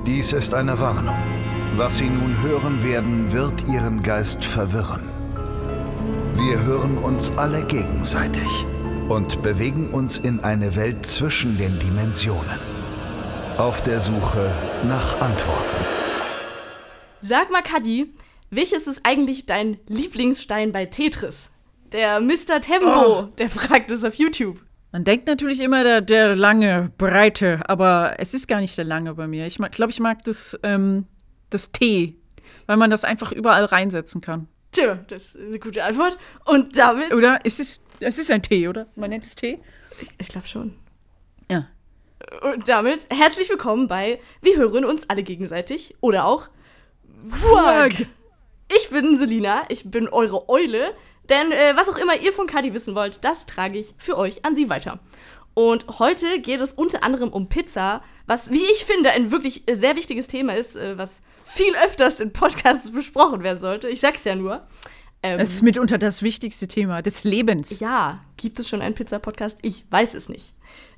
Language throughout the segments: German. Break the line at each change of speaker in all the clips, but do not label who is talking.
Dies ist eine Warnung. Was Sie nun hören werden, wird Ihren Geist verwirren. Wir hören uns alle gegenseitig und bewegen uns in eine Welt zwischen den Dimensionen. Auf der Suche nach Antworten.
Sag mal, Kadi, welches ist eigentlich dein Lieblingsstein bei Tetris? Der Mr. Tembo, der fragt es auf YouTube.
Man denkt natürlich immer der lange, breite, aber es ist gar nicht der lange bei mir. Ich glaube, ich mag das T, weil man das einfach überall reinsetzen kann.
Tja, das ist eine gute Antwort. Und damit...
Oder? Es ist ein T, oder? Man nennt es T?
Ich glaube schon.
Ja.
Und damit herzlich willkommen bei Wir hören uns alle gegenseitig. Oder auch Wurg. Ich bin Selina, ich bin eure Eule. Denn was auch immer ihr von Kadi wissen wollt, das trage ich für euch an sie weiter. Und heute geht es unter anderem um Pizza, was, wie ich finde, ein wirklich sehr wichtiges Thema ist, was viel öfters in Podcasts besprochen werden sollte. Ich sag's ja nur.
Es ist mitunter das wichtigste Thema des Lebens.
Ja, gibt es schon einen Pizza-Podcast? Ich weiß es nicht.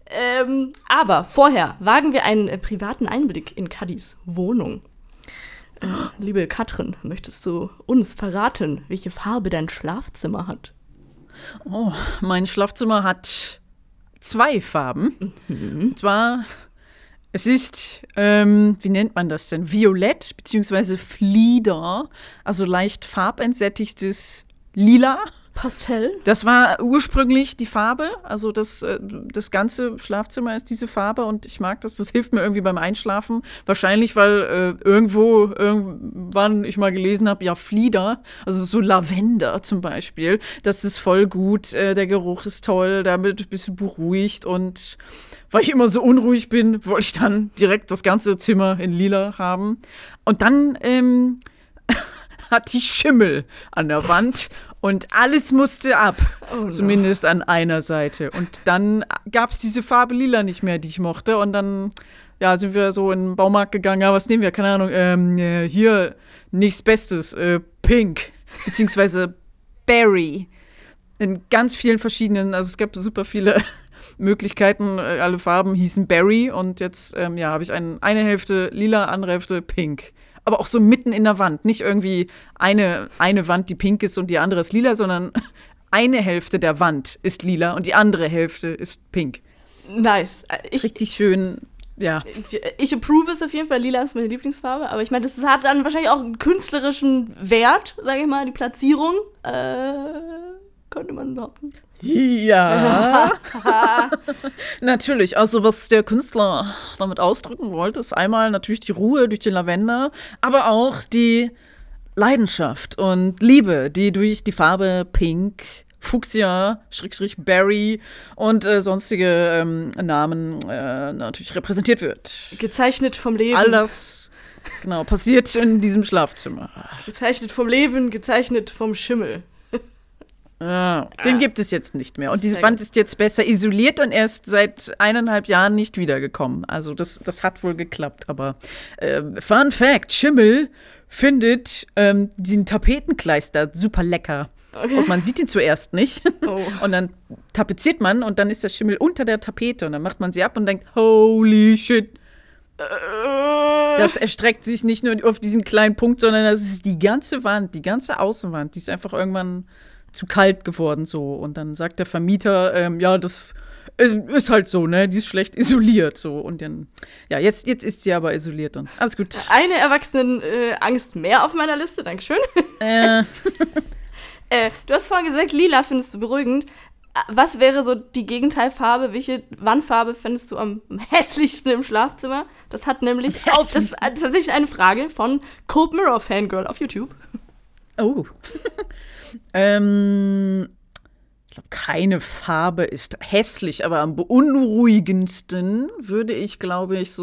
Aber vorher wagen wir einen privaten Einblick in Kadis Wohnung. Liebe Katrin, möchtest du uns verraten, welche Farbe dein Schlafzimmer hat?
Oh, mein Schlafzimmer hat 2 Farben. Und zwar, es ist, wie nennt man das denn? Violett bzw. Flieder, also leicht farbentsättigtes Lila.
Pastell?
Das war ursprünglich die Farbe, also das ganze Schlafzimmer ist diese Farbe und ich mag das, hilft mir irgendwie beim Einschlafen. Wahrscheinlich, weil irgendwann ich mal gelesen habe, ja, Flieder, also so Lavender zum Beispiel, das ist voll gut, der Geruch ist toll, damit bist du beruhigt und weil ich immer so unruhig bin, wollte ich dann direkt das ganze Zimmer in Lila haben. Und dann hat die Schimmel an der Wand und alles musste ab, zumindest an einer Seite. Und dann gab es diese Farbe Lila nicht mehr, die ich mochte. Und dann sind wir so in den Baumarkt gegangen, ja, was nehmen wir? Keine Ahnung, hier nichts Bestes, Pink, beziehungsweise Berry. In ganz vielen verschiedenen, also es gab super viele Möglichkeiten, alle Farben hießen Berry. Und jetzt habe ich eine Hälfte Lila, andere Hälfte Pink. Aber auch so mitten in der Wand. Nicht irgendwie eine Wand, die pink ist und die andere ist lila, sondern eine Hälfte der Wand ist lila und die andere Hälfte ist pink.
Nice.
Richtig schön, ja.
Ich approve es auf jeden Fall. Lila ist meine Lieblingsfarbe. Aber ich meine, das hat dann wahrscheinlich auch einen künstlerischen Wert, sage ich mal, die Platzierung. Könnte man behaupten.
Ja, natürlich. Also was der Künstler damit ausdrücken wollte, ist einmal natürlich die Ruhe durch den Lavender, aber auch die Leidenschaft und Liebe, die durch die Farbe Pink, Fuchsia, Berry und sonstige Namen natürlich repräsentiert wird.
Gezeichnet vom Leben.
All das, genau, passiert in diesem Schlafzimmer.
Gezeichnet vom Leben, gezeichnet vom Schimmel.
Den gibt es jetzt nicht mehr. Und diese Wand ist jetzt besser isoliert und erst seit 1,5 Jahren nicht wiedergekommen. Also das hat wohl geklappt. Aber Fun Fact, Schimmel findet diesen Tapetenkleister super lecker. Okay. Und man sieht ihn zuerst nicht. Oh. Und dann tapeziert man und dann ist der Schimmel unter der Tapete. Und dann macht man sie ab und denkt, holy shit. Das erstreckt sich nicht nur auf diesen kleinen Punkt, sondern das ist die ganze Wand, die ganze Außenwand. Die ist einfach irgendwann zu kalt geworden so. Und dann sagt der Vermieter, das ist halt so, ne? Die ist schlecht isoliert so. Und dann, jetzt ist sie aber isoliert dann. Alles gut.
Eine Erwachsenen-Angst mehr auf meiner Liste, Dankeschön. Du hast vorhin gesagt, lila findest du beruhigend. Was wäre so die Gegenteilfarbe? Welche Wandfarbe fändest du am hässlichsten im Schlafzimmer? Das hat nämlich das ist tatsächlich eine Frage von Cold Mirror Fangirl auf YouTube.
Oh. Ich glaube, keine Farbe ist hässlich, aber am beunruhigendsten würde ich, glaube ich,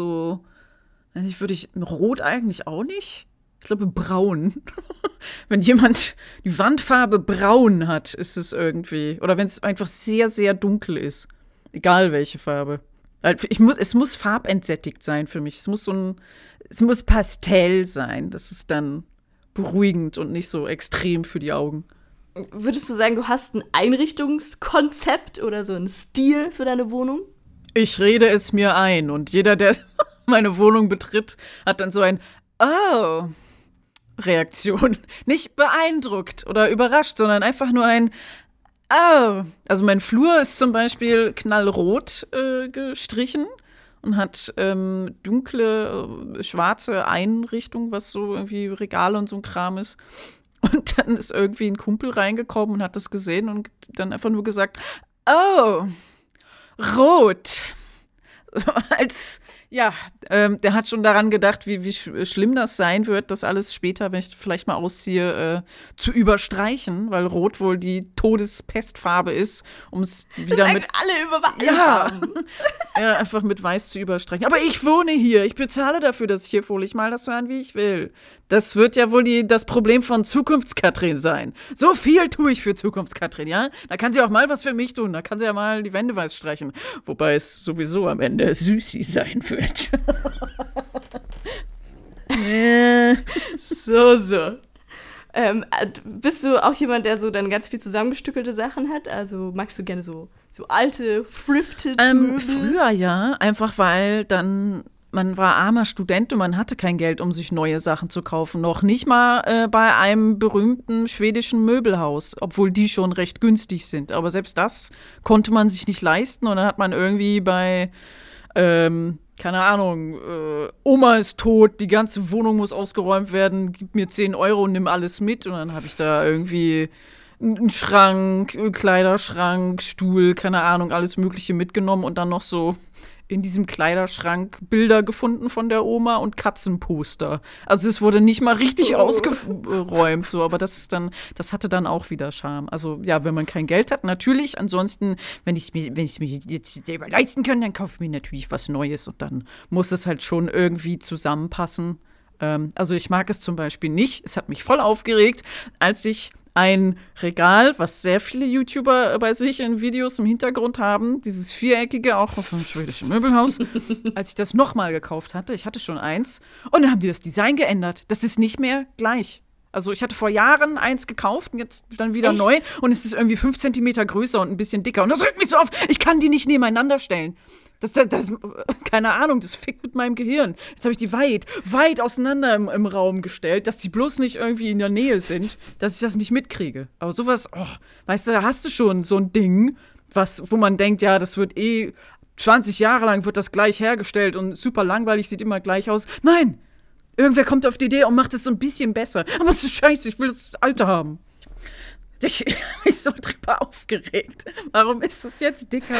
Rot eigentlich auch nicht. Ich glaube, braun. Wenn jemand die Wandfarbe braun hat, ist es irgendwie, oder wenn es einfach sehr, sehr dunkel ist. Egal welche Farbe. Es muss farbentsättigt sein für mich. Es muss Pastell sein. Das ist dann beruhigend und nicht so extrem für die Augen.
Würdest du sagen, du hast ein Einrichtungskonzept oder so einen Stil für deine Wohnung?
Ich rede es mir ein und jeder, der meine Wohnung betritt, hat dann so ein Oh Reaktion. Nicht beeindruckt oder überrascht, sondern einfach nur ein Oh. Also mein Flur ist zum Beispiel knallrot gestrichen und hat dunkle, schwarze Einrichtung, was so irgendwie Regale und so ein Kram ist. Und dann ist irgendwie ein Kumpel reingekommen und hat das gesehen und dann einfach nur gesagt, oh, rot. Der hat schon daran gedacht, wie schlimm das sein wird, das alles später, wenn ich vielleicht mal ausziehe, zu überstreichen, weil Rot wohl die Todespestfarbe ist, um es wieder
das
mit
alle über
ja, einfach mit Weiß zu überstreichen. Aber ich wohne hier, ich bezahle dafür, dass ich hier wohne, ich mal das so an, wie ich will. Das wird ja wohl das Problem von Zukunftskatrin sein. So viel tue ich für Zukunftskatrin, ja? Da kann sie auch mal was für mich tun, da kann sie ja mal die Wände weiß streichen. Wobei es sowieso am Ende Süßi sein wird.
So. Bist du auch jemand, der so dann ganz viel zusammengestückelte Sachen hat? Also magst du gerne so alte, thrifted Möbel?
Früher ja, einfach weil dann man war armer Student und man hatte kein Geld, um sich neue Sachen zu kaufen. Noch nicht mal bei einem berühmten schwedischen Möbelhaus, obwohl die schon recht günstig sind. Aber selbst das konnte man sich nicht leisten und dann hat man irgendwie bei keine Ahnung, Oma ist tot, die ganze Wohnung muss ausgeräumt werden, gib mir 10 Euro und nimm alles mit. Und dann habe ich da irgendwie einen Schrank, Kleiderschrank, Stuhl, keine Ahnung, alles Mögliche mitgenommen und dann noch so in diesem Kleiderschrank Bilder gefunden von der Oma und Katzenposter. Also es wurde nicht mal richtig ausgeräumt, so, aber das hatte dann auch wieder Charme. Also ja, wenn man kein Geld hat, natürlich. Ansonsten, wenn ich es mir jetzt selber leisten kann, dann kaufe ich mir natürlich was Neues und dann muss es halt schon irgendwie zusammenpassen. Also ich mag es zum Beispiel nicht. Es hat mich voll aufgeregt, als ich ein Regal, was sehr viele YouTuber bei sich in Videos im Hintergrund haben, dieses viereckige, auch aus einem schwedischen Möbelhaus, als ich das nochmal gekauft hatte, ich hatte schon eins, und dann haben die das Design geändert. Das ist nicht mehr gleich. Also ich hatte vor Jahren eins gekauft und jetzt dann wieder neu und es ist irgendwie 5 Zentimeter größer und ein bisschen dicker. Und das regt mich so auf, ich kann die nicht nebeneinander stellen. Das, keine Ahnung, das fickt mit meinem Gehirn. Jetzt habe ich die weit auseinander im Raum gestellt, dass die bloß nicht irgendwie in der Nähe sind, dass ich das nicht mitkriege. Aber sowas, weißt du, da hast du schon so ein Ding, wo man denkt, ja, das wird 20 Jahre lang wird das gleich hergestellt und super langweilig, sieht immer gleich aus. Nein, irgendwer kommt auf die Idee und macht es so ein bisschen besser. Aber es ist scheiße, ich will das alte haben. Ich bin mich so drüber aufgeregt. Warum ist das jetzt dicker?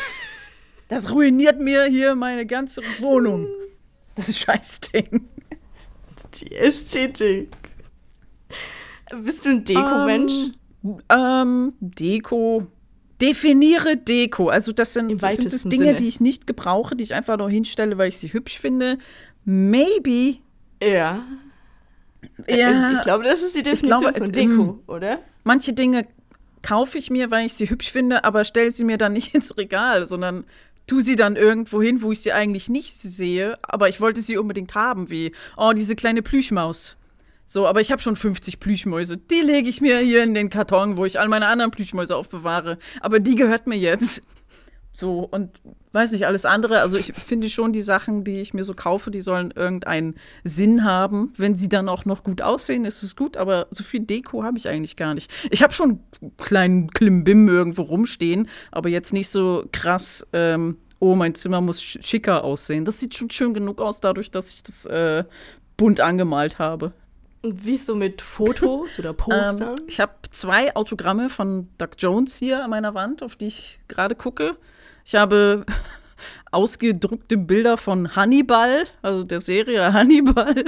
Das ruiniert mir hier meine ganze Wohnung. Das Scheißding.
Die Ästhetik. Bist du ein Deko-Mensch?
Deko. Definiere Deko. Also das sind Dinge,
Sinne,
die ich nicht gebrauche, die ich einfach nur hinstelle, weil ich sie hübsch finde. Maybe.
Ja. Ich glaube, das ist die Definition von Deko, oder?
Manche Dinge kaufe ich mir, weil ich sie hübsch finde, aber stelle sie mir dann nicht ins Regal, sondern tu sie dann irgendwo hin, wo ich sie eigentlich nicht sehe, aber ich wollte sie unbedingt haben, wie, diese kleine Plüschmaus. So, aber ich habe schon 50 Plüschmäuse. Die lege ich mir hier in den Karton, wo ich all meine anderen Plüschmäuse aufbewahre. Aber die gehört mir jetzt. So, und weiß nicht, alles andere. Also ich finde schon, die Sachen, die ich mir so kaufe, die sollen irgendeinen Sinn haben. Wenn sie dann auch noch gut aussehen, ist es gut. Aber so viel Deko habe ich eigentlich gar nicht. Ich habe schon einen kleinen Klimbim irgendwo rumstehen, aber jetzt nicht so krass, mein Zimmer muss schicker aussehen. Das sieht schon schön genug aus, dadurch, dass ich das bunt angemalt habe.
Und wie ist so mit Fotos oder Postern?
Ich habe 2 Autogramme von Doug Jones hier an meiner Wand, auf die ich gerade gucke. Ich habe ausgedruckte Bilder von Hannibal, also der Serie Hannibal.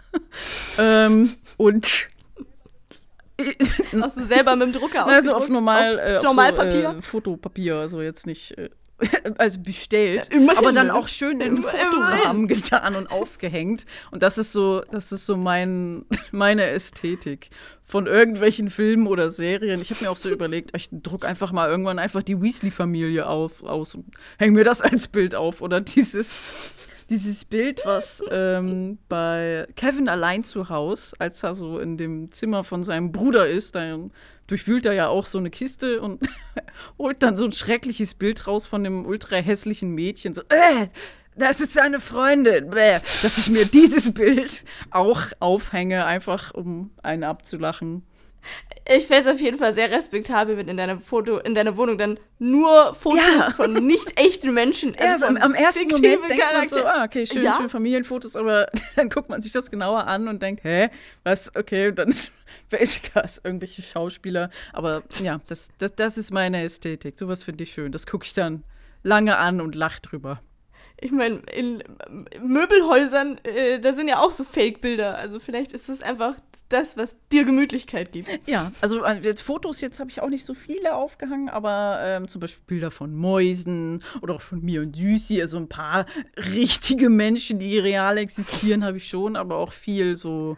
Und
hast du selber mit dem Drucker ausgedruckt?
Also auf
Normalpapier?
Fotopapier, also jetzt nicht also bestellt,
immerhin,
aber dann auch schön in den Fotorahmen getan und aufgehängt. Und das ist so meine Ästhetik von irgendwelchen Filmen oder Serien. Ich habe mir auch so überlegt, ich druck einfach mal irgendwann einfach die Weasley-Familie aus und hänge mir das als Bild auf. Oder dieses Bild, was bei Kevin allein zu Haus, als er so in dem Zimmer von seinem Bruder ist, dann durchwühlt er ja auch so eine Kiste und holt dann so ein schreckliches Bild raus von dem ultra hässlichen Mädchen. So, das ist seine Freundin. Dass ich mir dieses Bild auch aufhänge, einfach um einen abzulachen.
Ich fände es auf jeden Fall sehr respektabel, wenn in deiner Wohnung dann nur Fotos von nicht echten Menschen.
Also am ersten Moment denkt man so, okay, schön Familienfotos, aber dann guckt man sich das genauer an und denkt, was, okay, dann, wer ist das? Irgendwelche Schauspieler. Aber ja, das ist meine Ästhetik. Sowas finde ich schön. Das gucke ich dann lange an und lache drüber.
Ich meine, in Möbelhäusern, da sind ja auch so Fake-Bilder. Also vielleicht ist es einfach das, was dir Gemütlichkeit gibt.
Ja, also Fotos jetzt habe ich auch nicht so viele aufgehangen, aber zum Beispiel Bilder von Mäusen oder auch von mir und Süßi. Also ein paar richtige Menschen, die real existieren, habe ich schon, aber auch viel so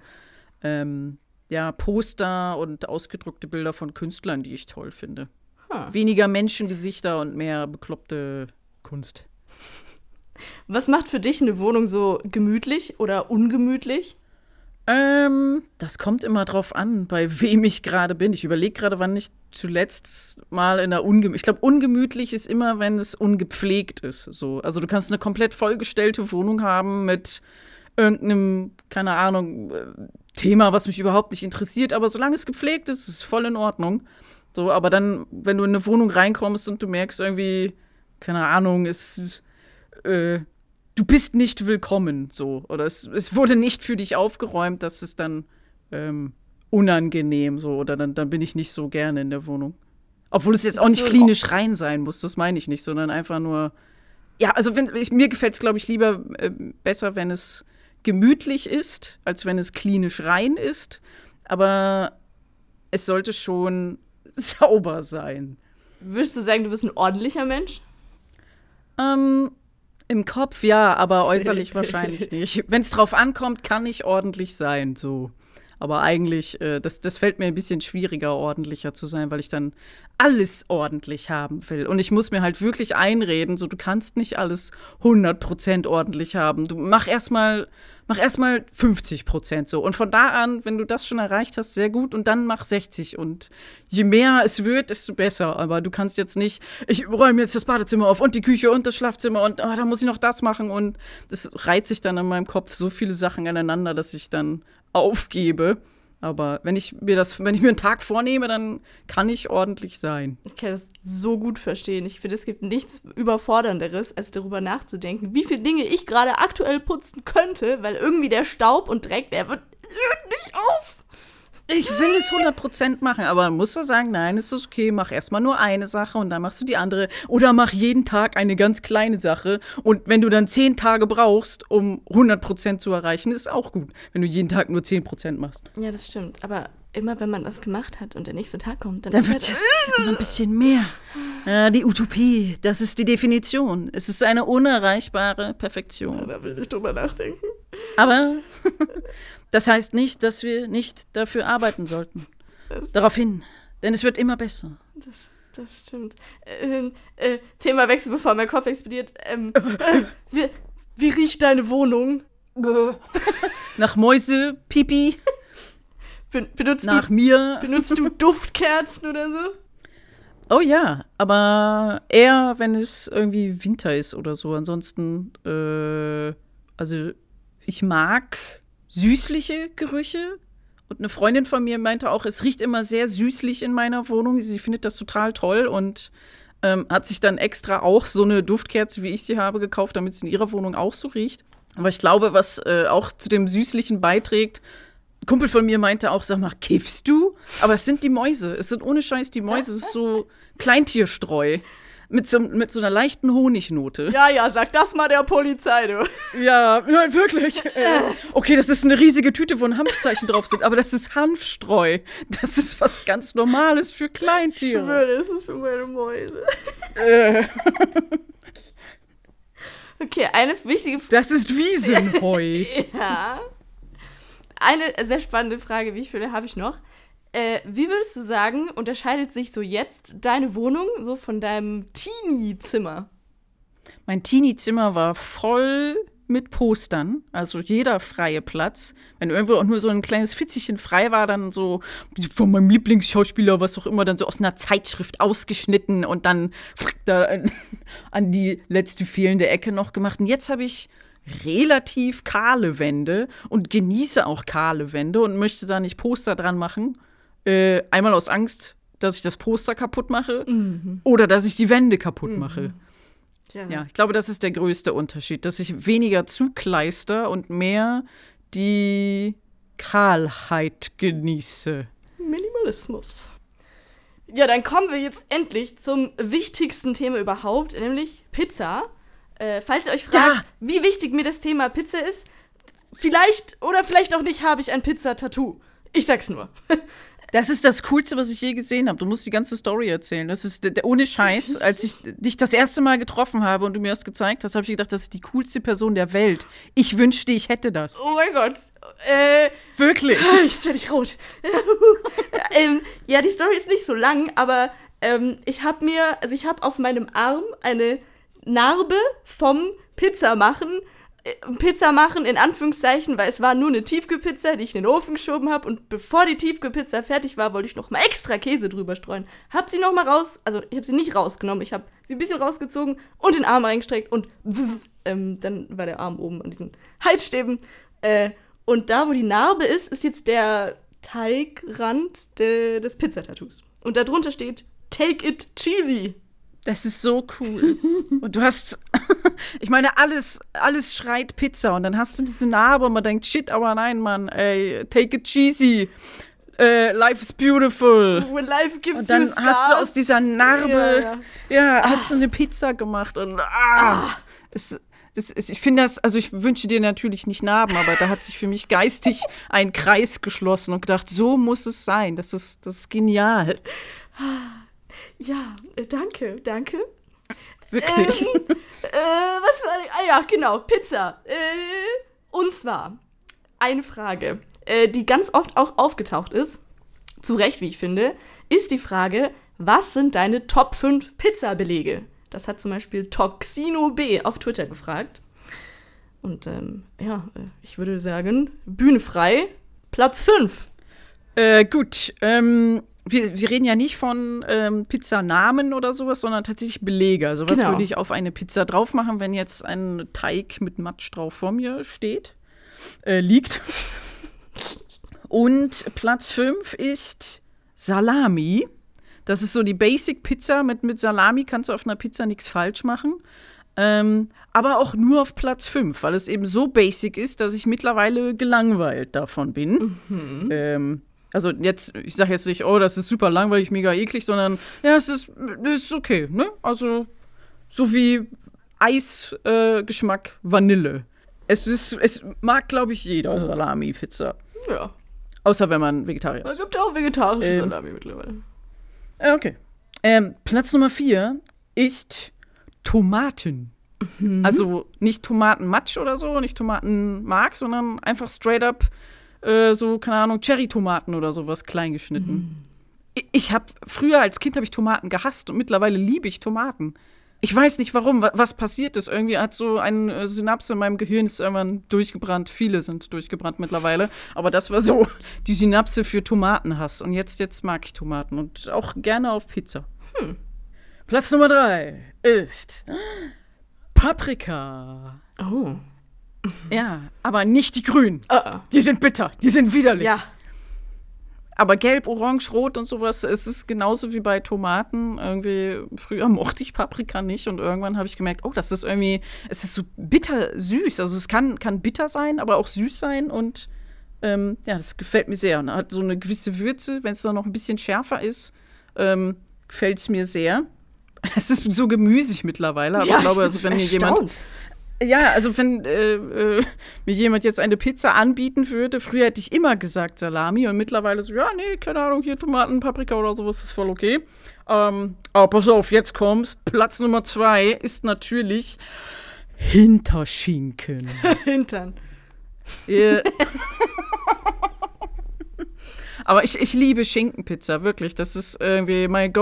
Poster und ausgedruckte Bilder von Künstlern, die ich toll finde. Weniger Menschengesichter und mehr bekloppte Kunst.
Was macht für dich eine Wohnung so gemütlich oder ungemütlich?
Das kommt immer drauf an, bei wem ich gerade bin. Ich überlege gerade, wann ich zuletzt mal in einer ich glaube, ungemütlich ist immer, wenn es ungepflegt ist. So. Also du kannst eine komplett vollgestellte Wohnung haben mit irgendeinem, keine Ahnung, Thema, was mich überhaupt nicht interessiert. Aber solange es gepflegt ist, ist es voll in Ordnung. So, aber dann, wenn du in eine Wohnung reinkommst und du merkst irgendwie, keine Ahnung, du bist nicht willkommen, so. Oder es wurde nicht für dich aufgeräumt, das ist dann unangenehm, so. Oder dann bin ich nicht so gerne in der Wohnung. Obwohl es jetzt auch nicht klinisch rein sein muss, das meine ich nicht, sondern einfach nur, ja, also mir gefällt es, glaube ich, lieber besser, wenn es gemütlich ist, als wenn es klinisch rein ist. Aber es sollte schon sauber sein.
Würdest du sagen, du bist ein ordentlicher Mensch?
Im Kopf ja, aber äußerlich wahrscheinlich nicht. Wenn es drauf ankommt, kann ich ordentlich sein, so. Aber eigentlich, das fällt mir ein bisschen schwieriger, ordentlicher zu sein, weil ich dann alles ordentlich haben will. Und ich muss mir halt wirklich einreden, so, du kannst nicht alles 100% ordentlich haben. Du mach erstmal 50% so. Und von da an, wenn du das schon erreicht hast, sehr gut. Und dann mach 60. Und je mehr es wird, desto besser. Aber du kannst jetzt nicht, ich räume jetzt das Badezimmer auf und die Küche und das Schlafzimmer und da muss ich noch das machen. Und das reiht sich dann in meinem Kopf so viele Sachen aneinander, dass ich dann aufgebe. Aber wenn ich mir einen Tag vornehme, dann kann ich ordentlich sein.
Ich kann das so gut verstehen. Ich finde, es gibt nichts Überfordernderes, als darüber nachzudenken, wie viele Dinge ich gerade aktuell putzen könnte, weil irgendwie der Staub und Dreck, der hört nicht auf.
Ich will es 100% machen, aber man muss da sagen, nein, ist das okay, mach erstmal nur eine Sache und dann machst du die andere. Oder mach jeden Tag eine ganz kleine Sache. Und wenn du dann 10 Tage brauchst, um 100% zu erreichen, ist auch gut, wenn du jeden Tag nur 10% machst.
Ja, das stimmt. Aber immer, wenn man was gemacht hat und der nächste Tag kommt, dann
wird es immer ein bisschen mehr. Ja, die Utopie, das ist die Definition. Es ist eine unerreichbare Perfektion.
Ja, da will ich drüber nachdenken.
Aber das heißt nicht, dass wir nicht dafür arbeiten sollten. Daraufhin. Denn es wird immer besser.
Das stimmt. Themawechsel, bevor mein Kopf explodiert. Wie riecht deine Wohnung?
Nach Mäuse, Pipi.
Benutzt du Duftkerzen oder so?
Oh ja, aber eher, wenn es irgendwie Winter ist oder so. Ansonsten, also ich mag süßliche Gerüche. Und eine Freundin von mir meinte auch, es riecht immer sehr süßlich in meiner Wohnung. Sie findet das total toll und hat sich dann extra auch so eine Duftkerze, wie ich sie habe, gekauft, damit es in ihrer Wohnung auch so riecht. Aber ich glaube, was auch zu dem Süßlichen beiträgt, ein Kumpel von mir meinte auch, sag mal, kiffst du? Aber es sind die Mäuse. Es sind ohne Scheiß die Mäuse. Es ist so Kleintierstreu. Mit so einer leichten Honignote.
Ja, sag das mal der Polizei, du.
Ja, nein, wirklich. Okay, das ist eine riesige Tüte, wo ein Hanfzeichen drauf sind, aber das ist Hanfstreu. Das ist was ganz Normales für Kleintiere.
Ich schwöre, das ist für meine Mäuse. Okay, eine wichtige Frage.
Das ist Wiesenheu.
Ja. Eine sehr spannende Frage, wie ich finde, habe ich noch. Wie würdest du sagen, unterscheidet sich so jetzt deine Wohnung so von deinem Teenie-Zimmer?
Mein Teenie-Zimmer war voll mit Postern, also jeder freie Platz. Wenn irgendwo auch nur so ein kleines Fitzelchen frei war, dann so von meinem Lieblingsschauspieler, was auch immer, dann so aus einer Zeitschrift ausgeschnitten und dann da an die letzte fehlende Ecke noch gemacht. Und jetzt habe ich relativ kahle Wände und genieße auch kahle Wände und möchte da nicht Poster dran machen. Einmal aus Angst, dass ich das Poster kaputt mache oder dass ich die Wände kaputt mache. Ja, ich glaube, das ist der größte Unterschied, dass ich weniger zukleister und mehr die Kahlheit genieße.
Minimalismus. Ja, dann kommen wir jetzt endlich zum wichtigsten Thema überhaupt, nämlich Pizza. Falls ihr euch fragt, wie wichtig mir das Thema Pizza ist, vielleicht oder vielleicht auch nicht, habe ich ein Pizza-Tattoo. Ich sag's nur.
Das ist das Coolste, was ich je gesehen habe. Du musst die ganze Story erzählen. Das ist ohne Scheiß. Als ich dich das erste Mal getroffen habe und du mir das gezeigt hast, habe ich gedacht, das ist die coolste Person der Welt. Ich wünschte, ich hätte das.
Oh mein Gott.
Wirklich?
Jetzt werde ich rot. Ja, die Story ist nicht so lang, aber ich habe auf meinem Arm eine Narbe vom Pizzamachen in Anführungszeichen, weil es war nur eine Tiefkühlpizza, die ich in den Ofen geschoben habe und bevor die Tiefkühlpizza fertig war, wollte ich noch mal extra Käse drüber streuen. Hab sie noch mal ich habe sie nicht rausgenommen, ich habe sie ein bisschen rausgezogen und den Arm reingestreckt und dann war der Arm oben an diesen Halsstäben. Und da, wo die Narbe ist jetzt der Teigrand des Pizzatattoos. Und darunter steht, Take it cheesy.
Das ist so cool. Und du hast, ich meine, alles schreit Pizza. Und dann hast du diese Narbe und man denkt, shit, aber nein, Mann, ey, take it cheesy. Life is beautiful.
When life gives
und dann
you scars.
hast du aus dieser Narbe, hast du eine Pizza gemacht. Und ich finde das, also ich wünsche dir natürlich nicht Narben, aber da hat sich für mich geistig ein Kreis geschlossen und gedacht, so muss es sein. Das ist genial.
Ja, danke.
Wirklich.
Was war ja, genau, Pizza. Und zwar eine Frage, die ganz oft auch aufgetaucht ist, zu Recht, wie ich finde, ist die Frage, was sind deine Top 5 Pizzabelege? Das hat zum Beispiel Toxino B auf Twitter gefragt. Und ich würde sagen, Bühne frei, Platz 5.
Gut, wir reden ja nicht von Pizzanamen oder sowas, sondern tatsächlich Belege. Also was würde ich auf eine Pizza drauf machen, wenn jetzt ein Teig mit Matsch drauf vor mir liegt. Und Platz 5 ist Salami. Das ist so die Basic-Pizza. Mit Salami kannst du auf einer Pizza nichts falsch machen. Aber auch nur auf Platz 5, weil es eben so basic ist, dass ich mittlerweile gelangweilt davon bin. Also jetzt, ich sage jetzt nicht, oh, das ist super langweilig, mega eklig, sondern ja, es ist okay, ne? Also so wie Eisgeschmack Vanille. Es mag, glaube ich, jeder Salami-Pizza.
Ja.
Außer wenn man Vegetarier ist.
Es gibt ja auch vegetarische Salami mittlerweile.
Okay. Platz Nummer 4 ist Tomaten. Also nicht Tomatenmatsch oder so, nicht Tomatenmark, sondern einfach straight up so, keine Ahnung, Cherry-Tomaten oder sowas klein geschnitten. Früher als Kind habe ich Tomaten gehasst und mittlerweile liebe ich Tomaten. Ich weiß nicht warum, was passiert ist. Irgendwie hat so eine Synapse in meinem Gehirn ist irgendwann durchgebrannt. Viele sind durchgebrannt mittlerweile. Aber das war so die Synapse für Tomatenhass. Und jetzt mag ich Tomaten und auch gerne auf Pizza. Platz Nummer 3 ist Paprika.
Oh.
Ja, aber nicht die grünen. Die sind bitter, die sind widerlich.
Ja.
Aber gelb, orange, rot und sowas, es ist genauso wie bei Tomaten. Irgendwie, früher mochte ich Paprika nicht und irgendwann habe ich gemerkt, oh, das ist irgendwie, es ist so bitter süß. Also es kann bitter sein, aber auch süß sein und das gefällt mir sehr. Und hat so eine gewisse Würze, wenn es dann noch ein bisschen schärfer ist, gefällt es mir sehr. Es ist so gemüsig mittlerweile, aber ich glaube, also wenn mir jemand mir jemand jetzt eine Pizza anbieten würde, früher hätte ich immer gesagt Salami und mittlerweile so, ja, nee, keine Ahnung, hier Tomaten, Paprika oder sowas ist voll okay. Aber pass auf, jetzt kommt's. Platz Nummer 2 ist natürlich Hinterschinken.
Hintern.
Yeah. Aber ich liebe Schinkenpizza, wirklich. Das ist irgendwie meine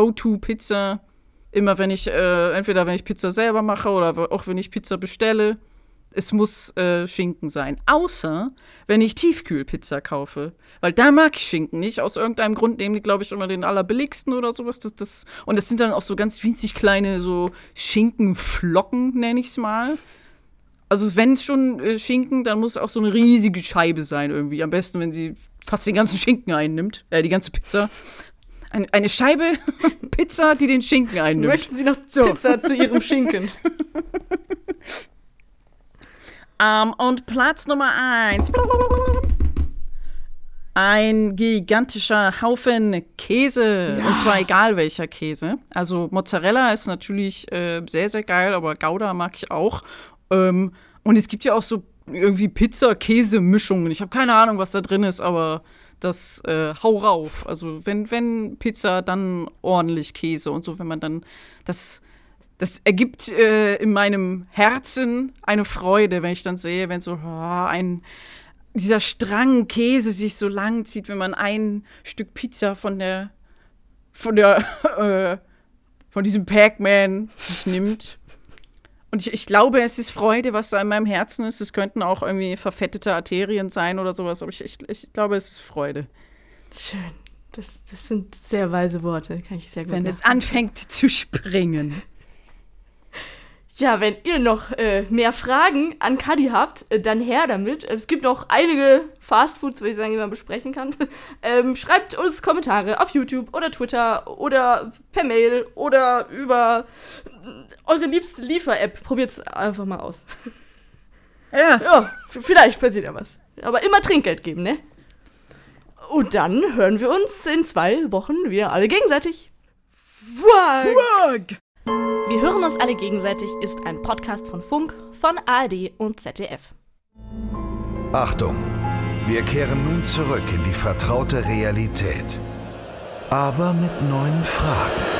Go-To-Pizza. Immer wenn ich, entweder wenn ich Pizza selber mache oder auch wenn ich Pizza bestelle, es muss Schinken sein. Außer, wenn ich Tiefkühlpizza kaufe. Weil da mag ich Schinken nicht. Aus irgendeinem Grund nehmen die, glaube ich, immer den allerbilligsten oder sowas. Und das sind dann auch so ganz winzig kleine so Schinkenflocken, nenne ich es mal. Also wenn es schon Schinken, dann muss es auch so eine riesige Scheibe sein irgendwie. Am besten, wenn sie fast den ganzen Schinken einnimmt. Die ganze Pizza. Eine Scheibe Pizza, die den Schinken einnimmt.
Möchten Sie noch Pizza zu Ihrem Schinken?
Und Platz Nummer 1. Ein gigantischer Haufen Käse. Ja. Und zwar egal welcher Käse. Also Mozzarella ist natürlich sehr, sehr geil, aber Gouda mag ich auch. Und es gibt ja auch so irgendwie Pizza-Käse-Mischungen. Ich habe keine Ahnung, was da drin ist, aber das hau rauf. Also wenn Pizza, dann ordentlich Käse und so, wenn man dann das ergibt in meinem Herzen eine Freude, wenn ich dann sehe, wenn so dieser Strang Käse sich so lang zieht, wenn man ein Stück Pizza von diesem Pac-Man sich nimmt. Und ich glaube, es ist Freude, was da in meinem Herzen ist. Es könnten auch irgendwie verfettete Arterien sein oder sowas, aber ich glaube, es ist Freude.
Schön. Das sind sehr weise Worte, kann ich sehr gut
Wenn es anfängt zu springen.
Ja, wenn ihr noch mehr Fragen an Kadi habt, dann her damit. Es gibt noch einige Fastfoods, würde ich sagen, die man besprechen kann. Schreibt uns Kommentare auf YouTube oder Twitter oder per Mail oder über eure liebste Liefer-App. Probiert's einfach mal aus. Ja, vielleicht passiert ja was. Aber immer Trinkgeld geben, ne? Und dann hören wir uns in 2 Wochen wieder alle gegenseitig.
Wag!
Wir hören uns alle gegenseitig ist ein Podcast von Funk, von ARD und ZDF.
Achtung, wir kehren nun zurück in die vertraute Realität. Aber mit neuen Fragen.